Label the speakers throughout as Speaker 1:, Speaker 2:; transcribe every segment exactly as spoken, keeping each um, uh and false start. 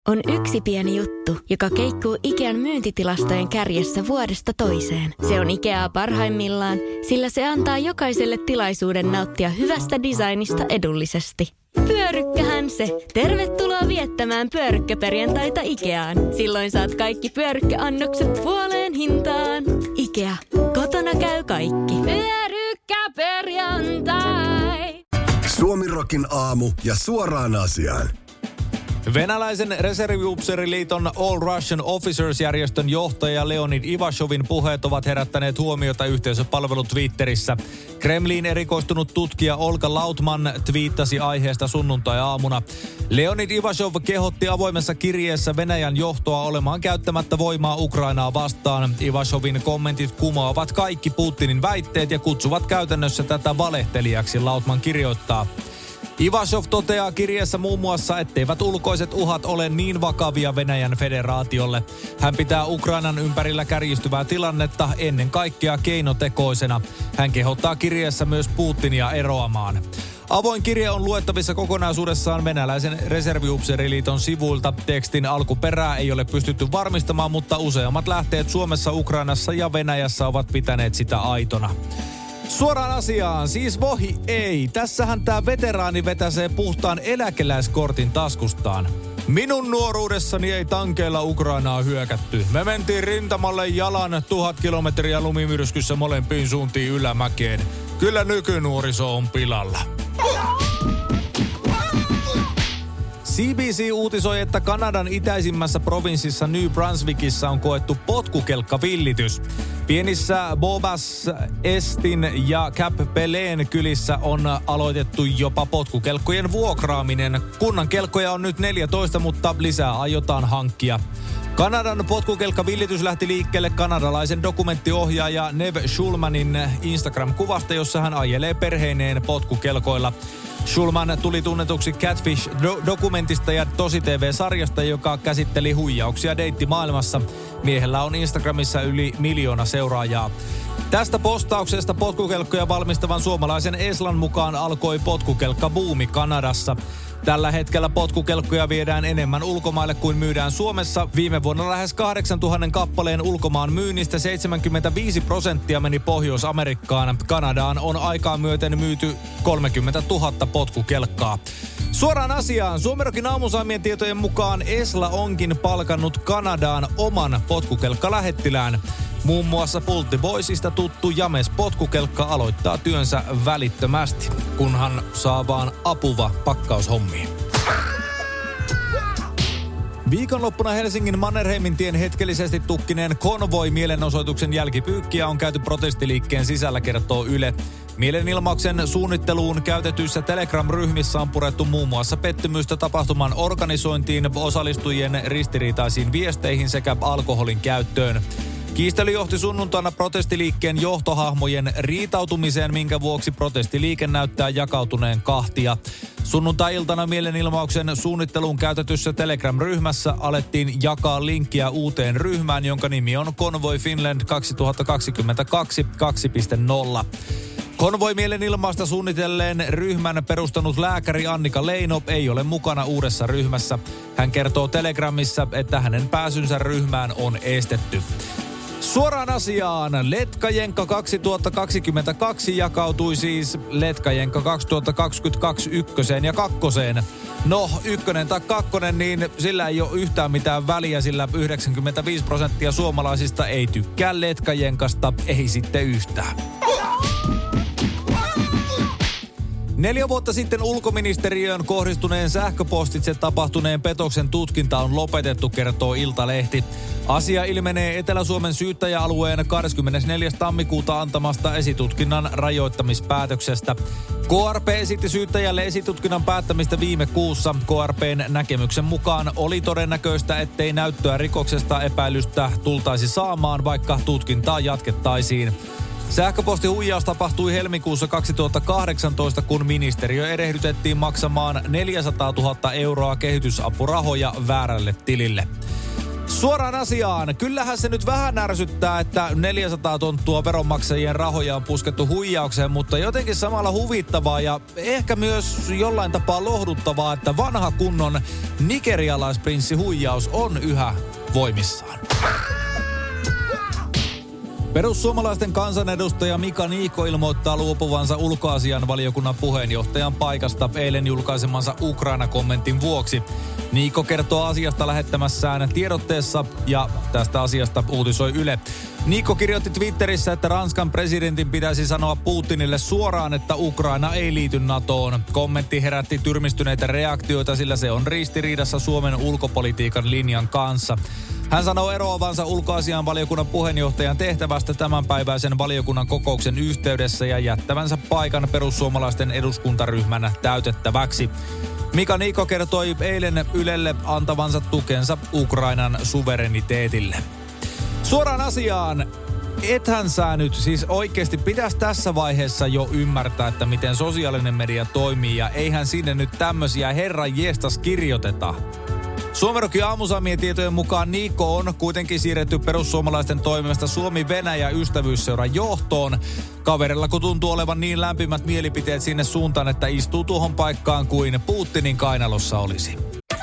Speaker 1: On yksi pieni juttu, joka keikkuu Ikean myyntitilastojen kärjessä vuodesta toiseen. Se on Ikeaa parhaimmillaan, sillä se antaa jokaiselle tilaisuuden nauttia hyvästä designista edullisesti. Pyörykkähän se! Tervetuloa viettämään pyörykkäperjantaita Ikeaan. Silloin saat kaikki pyörykkäannokset puoleen hintaan. Ikea. Kotona käy kaikki. Pyörykkäperjantai!
Speaker 2: Suomi-rokin aamu ja suoraan asiaan.
Speaker 3: Venäläisen reserviupseeriliiton All Russian Officers-järjestön johtaja Leonid Ivashovin puheet ovat herättäneet huomiota yhteisöpalvelu Twitterissä. Kremliin erikoistunut tutkija Olga Lautman twiittasi aiheesta sunnuntai-aamuna. Leonid Ivashov kehotti avoimessa kirjeessä Venäjän johtoa olemaan käyttämättä voimaa Ukrainaa vastaan. Ivashovin kommentit kumoavat kaikki Putinin väitteet ja kutsuvat käytännössä tätä valehtelijaksi, Lautman kirjoittaa. Ivashov toteaa kirjeessä muun muassa, etteivät ulkoiset uhat ole niin vakavia Venäjän federaatiolle. Hän pitää Ukrainan ympärillä kärjistyvää tilannetta ennen kaikkea keinotekoisena. Hän kehottaa kirjeessä myös Putinia eroamaan. Avoin kirje on luettavissa kokonaisuudessaan venäläisen reserviupseeriliiton sivuilta. Tekstin alkuperää ei ole pystytty varmistamaan, mutta useammat lähteet Suomessa, Ukrainassa ja Venäjässä ovat pitäneet sitä aitona. Suoraan asiaan, siis vohi ei. Tässähän tää veteraani vetäsee puhtaan eläkeläiskortin taskustaan. Minun nuoruudessani ei tankeilla Ukrainaa hyökätty. Me mentiin rintamalle jalan tuhat kilometriä lumimyrskyssä molempiin suuntiin ylämäkeen. Kyllä nykynuoriso on pilalla. C B C uutisoi, että Kanadan itäisimmässä provinssissa New Brunswickissa on koettu potkukelkkavillitys. Pienissä Bobas, Estin ja Cap Peleen kylissä on aloitettu jopa potkukelkkojen vuokraaminen. Kunnan kelkkoja on nyt neljätoista, mutta lisää aiotaan hankkia. Kanadan potkukelkkavillitys lähti liikkeelle kanadalaisen dokumenttiohjaaja Nev Schulmanin Instagram-kuvasta, jossa hän ajelee perheineen potkukelkoilla. Schulman tuli tunnetuksi Catfish-dokumentista ja Tosi T V-sarjasta, joka käsitteli huijauksia deittimaailmassa. Miehellä on Instagramissa yli miljoona seuraajaa. Tästä postauksesta potkukelkkoja valmistavan suomalaisen Eslan mukaan alkoi potkukelkkabuumi Kanadassa. Tällä hetkellä potkukelkkoja viedään enemmän ulkomaille kuin myydään Suomessa. Viime vuonna lähes kahdeksantuhatta kappaleen ulkomaan myynnistä seitsemänkymmentäviisi prosenttia meni Pohjois-Amerikkaan. Kanadaan on aikaa myöten myyty kolmekymmentätuhatta potkukelkkaa. Suoraan asiaan. Suomi-rokin aamusaamien tietojen mukaan Esla onkin palkannut Kanadaan oman potkukelkkalähettilään. Muun muassa Pultti Boysista tuttu James potkukelkka aloittaa työnsä välittömästi, kunhan saa vaan apuva pakkaushommiin. Viikonloppuna Helsingin Mannerheimintien hetkellisesti tukkineen konvoi-mielenosoituksen jälkipyykkiä on käyty protestiliikkeen sisällä, kertoo Yle. Mielenilmauksen suunnitteluun käytetyissä Telegram-ryhmissä on purettu muun muassa pettymystä tapahtuman organisointiin, osallistujien ristiriitaisiin viesteihin sekä alkoholin käyttöön. Kiistely johti sunnuntaina protestiliikkeen johtohahmojen riitautumiseen, minkä vuoksi protestiliike näyttää jakautuneen kahtia. Sunnuntai-iltana mielenilmauksen suunnitteluun käytetyssä Telegram-ryhmässä alettiin jakaa linkkiä uuteen ryhmään, jonka nimi on Convoy Finland kaksituhattakaksikymmentäkaksi kaksi piste nolla. Konvoi-mielenilmausta suunnitelleen ryhmän perustanut lääkäri Annika Leino ei ole mukana uudessa ryhmässä. Hän kertoo Telegramissa, että hänen pääsynsä ryhmään on estetty. Suoraan asiaan. Letkajenkka kaksituhattakaksikymmentäkaksi jakautui siis Letkajenkka kaksituhattakaksikymmentäkaksi ykköseen ja kakkoseen. No, ykkönen tai kakkonen, niin sillä ei ole yhtään mitään väliä, sillä yhdeksänkymmentäviisi prosenttia suomalaisista ei tykkää Letkajenkasta, ei sitten yhtään. Neljä vuotta sitten ulkoministeriöön kohdistuneen sähköpostitse tapahtuneen petoksen tutkinta on lopetettu, kertoo Iltalehti. Asia ilmenee Etelä-Suomen syyttäjäalueen kahdeskymmenesneljäs tammikuuta antamasta esitutkinnan rajoittamispäätöksestä. K R P esitti syyttäjälle esitutkinnan päättämistä viime kuussa. K R P:n näkemyksen mukaan oli todennäköistä, ettei näyttöä rikoksesta epäilystä tultaisi saamaan, vaikka tutkintaa jatkettaisiin. Sähköpostihuijaus tapahtui helmikuussa kaksituhattakahdeksantoista, kun ministeriö erehdytettiin maksamaan neljäsataatuhatta euroa kehitysapurahoja väärälle tilille. Suoraan asiaan. Kyllähän se nyt vähän ärsyttää, että neljäsataa tonttua veronmaksajien rahoja on puskettu huijaukseen, mutta jotenkin samalla huvittavaa ja ehkä myös jollain tapaa lohduttavaa, että vanha kunnon nigerialaisprinssi huijaus on yhä voimissaan. Perussuomalaisten kansanedustaja Mika Niikko ilmoittaa luopuvansa ulkoasiainvaliokunnan puheenjohtajan paikasta eilen julkaisemansa Ukraina-kommentin vuoksi. Niikko kertoo asiasta lähettämässään tiedotteessa ja tästä asiasta uutisoi Yle. Niikko kirjoitti Twitterissä, että Ranskan presidentin pitäisi sanoa Putinille suoraan, että Ukraina ei liity NATOon. Kommentti herätti tyrmistyneitä reaktioita, sillä se on ristiriidassa Suomen ulkopolitiikan linjan kanssa. Hän sanoo eroavansa ulkoasiainvaliokunnan puheenjohtajan tehtävästä tämänpäiväisen valiokunnan kokouksen yhteydessä ja jättävänsä paikan perussuomalaisten eduskuntaryhmän täytettäväksi. Mika Niikko kertoi eilen Ylelle antavansa tukensa Ukrainan suvereniteetille. Suoraan asiaan. Ethän sä nyt siis oikeasti pitäisi tässä vaiheessa jo ymmärtää, että miten sosiaalinen media toimii ja eihän sinne nyt tämmöisiä herran jestas kirjoiteta. Suomerokin aamusaamien tietojen mukaan Niikko on kuitenkin siirretty perussuomalaisten toimesta Suomi-Venäjä-ystävyysseuran johtoon. Kaverilla kun tuntuu olevan niin lämpimät mielipiteet sinne suuntaan, että istuu tuohon paikkaan kuin Putinin kainalossa olisi.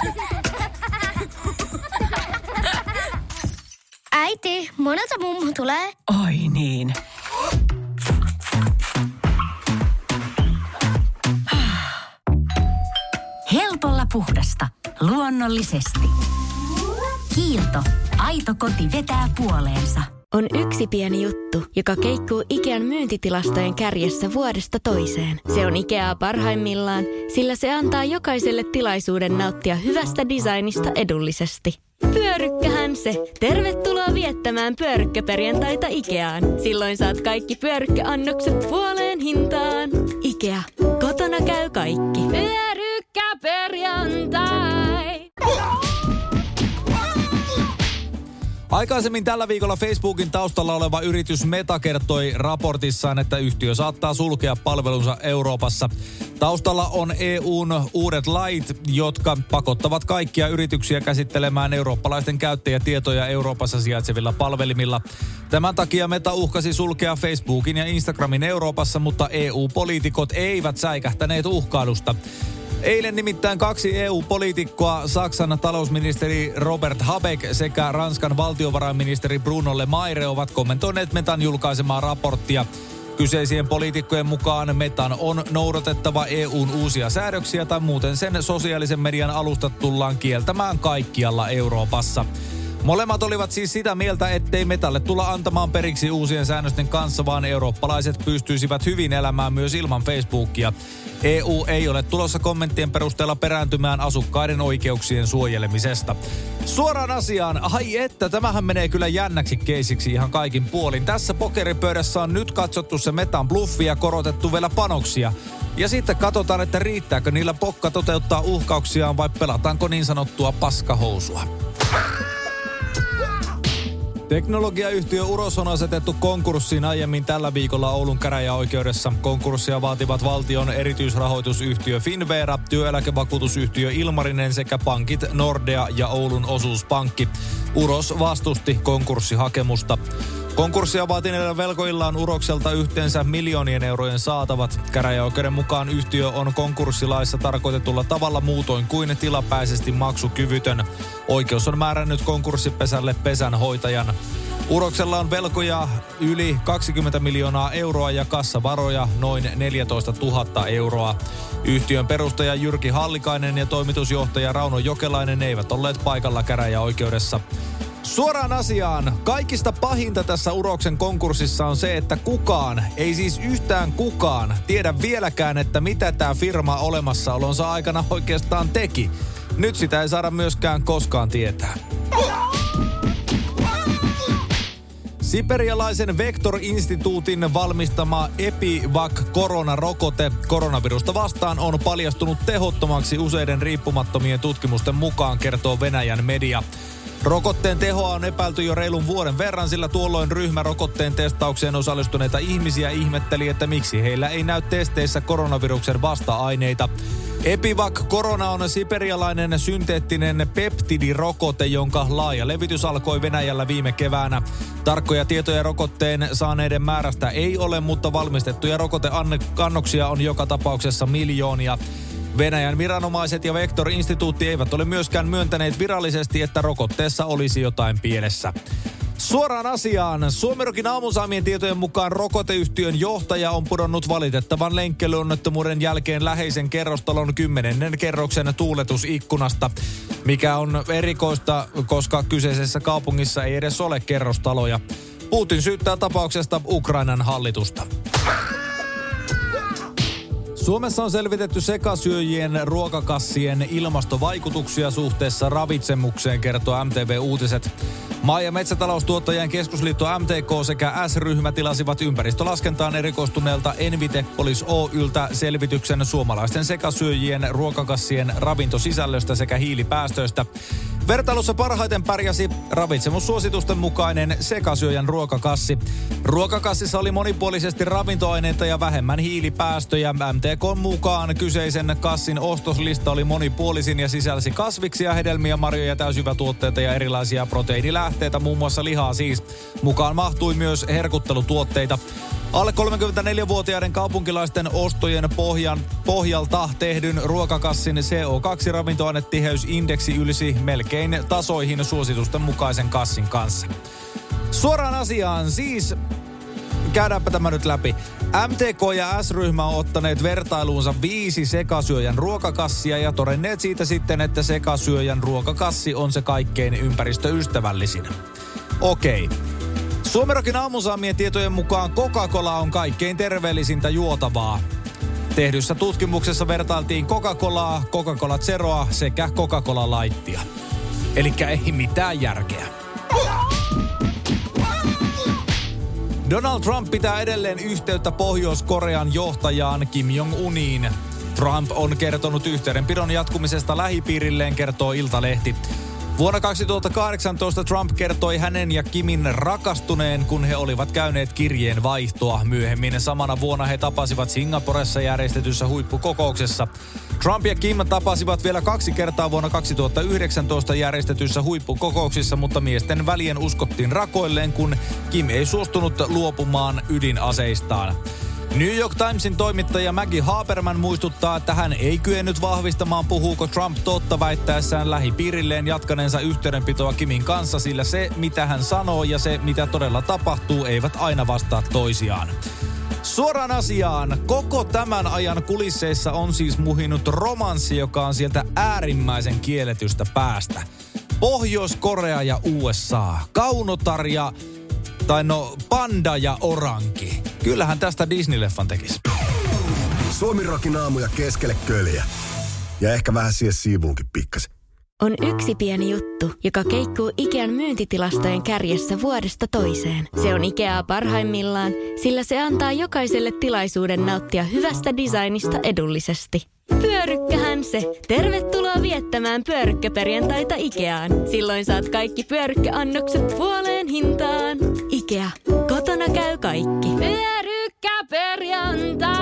Speaker 4: Äiti, monelta mummu tulee?
Speaker 5: Oi niin. Helpolla puhdasta. Luonnollisesti. Kiilto. Aito koti vetää puoleensa.
Speaker 1: On yksi pieni juttu, joka keikkuu Ikean myyntitilastojen kärjessä vuodesta toiseen. Se on Ikeaa parhaimmillaan, sillä se antaa jokaiselle tilaisuuden nauttia hyvästä designista edullisesti. Pyörykkähän se. Tervetuloa viettämään pyörykkäperjantaita Ikeaan. Silloin saat kaikki pyörykkäannokset puoleen hintaan. Ikea. Kotona käy kaikki. Pyörykkäperjantai.
Speaker 3: Aikaisemmin tällä viikolla Facebookin taustalla oleva yritys Meta kertoi raportissaan, että yhtiö saattaa sulkea palvelunsa Euroopassa. Taustalla on E U:n uudet lait, jotka pakottavat kaikkia yrityksiä käsittelemään eurooppalaisten käyttäjätietoja Euroopassa sijaitsevilla palvelimilla. Tämän takia Meta uhkasi sulkea Facebookin ja Instagramin Euroopassa, mutta E U-poliitikot eivät säikähtäneet uhkailusta. Eilen nimittäin kaksi E U-poliitikkoa, Saksan talousministeri Robert Habeck sekä Ranskan valtiovarainministeri Bruno Le Maire ovat kommentoineet Metan julkaisemaa raporttia. Kyseisien poliitikkojen mukaan Metan on noudatettava E U:n uusia säädöksiä tai muuten sen sosiaalisen median alustat tullaan kieltämään kaikkialla Euroopassa. Molemmat olivat siis sitä mieltä, ettei Metalle tulla antamaan periksi uusien säännösten kanssa, vaan eurooppalaiset pystyisivät hyvin elämään myös ilman Facebookia. E U ei ole tulossa kommenttien perusteella perääntymään asukkaiden oikeuksien suojelemisesta. Suoraan asiaan, ai että, tämähän menee kyllä jännäksi keisiksi ihan kaikin puolin. Tässä pokeripöydässä on nyt katsottu se Metan bluffi ja korotettu vielä panoksia. Ja sitten katsotaan, että riittääkö niillä pokka toteuttaa uhkauksiaan vai pelataanko niin sanottua paskahousua. Teknologiayhtiö Uros on asetettu konkurssiin aiemmin tällä viikolla Oulun käräjäoikeudessa. Konkurssia vaativat valtion erityisrahoitusyhtiö Finvera, työeläkevakuutusyhtiö Ilmarinen sekä pankit Nordea ja Oulun osuuspankki. Uros vastusti konkurssihakemusta. Konkurssia vaatineilla velkoilla on Urokselta yhteensä miljoonien eurojen saatavat. Käräjäoikeuden mukaan yhtiö on konkurssilaissa tarkoitetulla tavalla muutoin kuin tilapäisesti maksukyvytön. Oikeus on määrännyt konkurssipesälle pesänhoitajan. Uroksella on velkoja yli kaksikymmentä miljoonaa euroa ja kassavaroja noin neljätoista tuhatta euroa. Yhtiön perustaja Jyrki Hallikainen ja toimitusjohtaja Rauno Jokelainen eivät olleet paikalla käräjäoikeudessa. Suoraan asiaan. Kaikista pahinta tässä Uroksen konkurssissa on se, että kukaan, ei siis yhtään kukaan, tiedä vieläkään, että mitä tämä firma olemassaolonsa aikana oikeastaan teki. Nyt sitä ei saada myöskään koskaan tietää. Siperialaisen Vector-instituutin valmistama Epivac-koronarokote koronavirusta vastaan on paljastunut tehottomaksi useiden riippumattomien tutkimusten mukaan, kertoo Venäjän media. Rokotteen tehoa on epäilty jo reilun vuoden verran, sillä tuolloin ryhmä rokotteen testaukseen osallistuneita ihmisiä ihmetteli, että miksi heillä ei näy testeissä koronaviruksen vasta-aineita. Epivac Corona on siperialainen synteettinen peptidirokote, jonka laaja levitys alkoi Venäjällä viime keväänä. Tarkkoja tietoja rokotteen saaneiden määrästä ei ole, mutta valmistettuja rokoteannoksia on joka tapauksessa miljoonia. Venäjän viranomaiset ja Vector-instituutti eivät ole myöskään myöntäneet virallisesti, että rokotteessa olisi jotain pielessä. Suoraan asiaan. Suomirokin aamusaamien tietojen mukaan rokoteyhtiön johtaja on pudonnut valitettavan lenkkeilyonnettomuuden jälkeen läheisen kerrostalon kymmenennen kerroksen tuuletusikkunasta, mikä on erikoista, koska kyseisessä kaupungissa ei edes ole kerrostaloja. Putin syyttää tapauksesta Ukrainan hallitusta. Suomessa on selvitetty sekasyöjien ruokakassien ilmastovaikutuksia suhteessa ravitsemukseen, kertoo M T V Uutiset. Maa- ja metsätaloustuottajien keskusliitto M T K sekä S-ryhmä tilasivat ympäristölaskentaan erikoistuneelta Envitepolis Oy:ltä selvityksen suomalaisten sekasyöjien ruokakassien ravintosisällöstä sekä hiilipäästöistä. Vertailussa parhaiten pärjäsi ravitsemussuositusten mukainen sekasyöjän ruokakassi. Ruokakassissa oli monipuolisesti ravintoaineita ja vähemmän hiilipäästöjä. M T K:n mukaan kyseisen kassin ostoslista oli monipuolisin ja sisälsi kasviksia, hedelmiä, marjoja, täysjyvätuotteita ja erilaisia proteiinilähteitä, muun muassa lihaa siis. Mukaan mahtui myös herkuttelutuotteita. Alle kolmekymmentäneljävuotiaiden kaupunkilaisten ostojen pohjan, pohjalta tehdyn ruokakassin C O kaksi -ravintoainetiheysindeksi ylsi melkein tasoihin suositusten mukaisen kassin kanssa. Suoraan asiaan siis, käydäänpä tämä nyt läpi. M T K ja S-ryhmä on ottaneet vertailuunsa viisi sekasyöjän ruokakassia ja todenneet siitä sitten, että sekasyöjän ruokakassi on se kaikkein ympäristöystävällisin. Okei. Suomirokin aamusaamien tietojen mukaan Coca-Cola on kaikkein terveellisintä juotavaa. Tehdyssä tutkimuksessa vertailtiin Coca-Colaa, Coca-Cola Zeroa sekä Coca-Cola Lightia. Elikkä ei mitään järkeä. Donald Trump pitää edelleen yhteyttä Pohjois-Korean johtajaan Kim Jong-uniin. Trump on kertonut yhteydenpidon jatkumisesta lähipiirilleen, kertoo Iltalehti. Vuonna kaksituhattakahdeksantoista Trump kertoi hänen ja Kimin rakastuneen, kun he olivat käyneet kirjeen vaihtoa. Myöhemmin samana vuonna he tapasivat Singaporessa järjestetyssä huippukokouksessa. Trump ja Kim tapasivat vielä kaksi kertaa vuonna kaksituhattayhdeksäntoista järjestetyissä huippukokouksissa, mutta miesten välien uskottiin rakoilleen, kun Kim ei suostunut luopumaan ydinaseistaan. New York Timesin toimittaja Maggie Haberman muistuttaa, että hän ei kyennyt vahvistamaan, puhuuko Trump totta väittäessään lähipiirilleen jatkaneensa yhteydenpitoa Kimin kanssa, sillä se, mitä hän sanoo ja se, mitä todella tapahtuu, eivät aina vastaa toisiaan. Suoraan asiaan, koko tämän ajan kulisseissa on siis muhinut romanssi, joka on sieltä äärimmäisen kielletystä päästä. Pohjois-Korea ja U S A, Kaunotar ja, tai no, Panda ja Oranki. Kyllähän tästä Disney-leffan tekisi.
Speaker 2: Suomirokin aamuja keskelle köljä. Ja ehkä vähän siihen siivuunkin pikkasen.
Speaker 1: On yksi pieni juttu, joka keikkuu Ikean myyntitilastojen kärjessä vuodesta toiseen. Se on Ikeaa parhaimmillaan, sillä se antaa jokaiselle tilaisuuden nauttia hyvästä designista edullisesti. Pyörykkähän se. Tervetuloa viettämään pyörykkäperjantaita Ikeaan. Silloin saat kaikki pyörykkäannokset puoleen hintaan. Ikea. Kotona käy kaikki. Pyörykkäperjantai.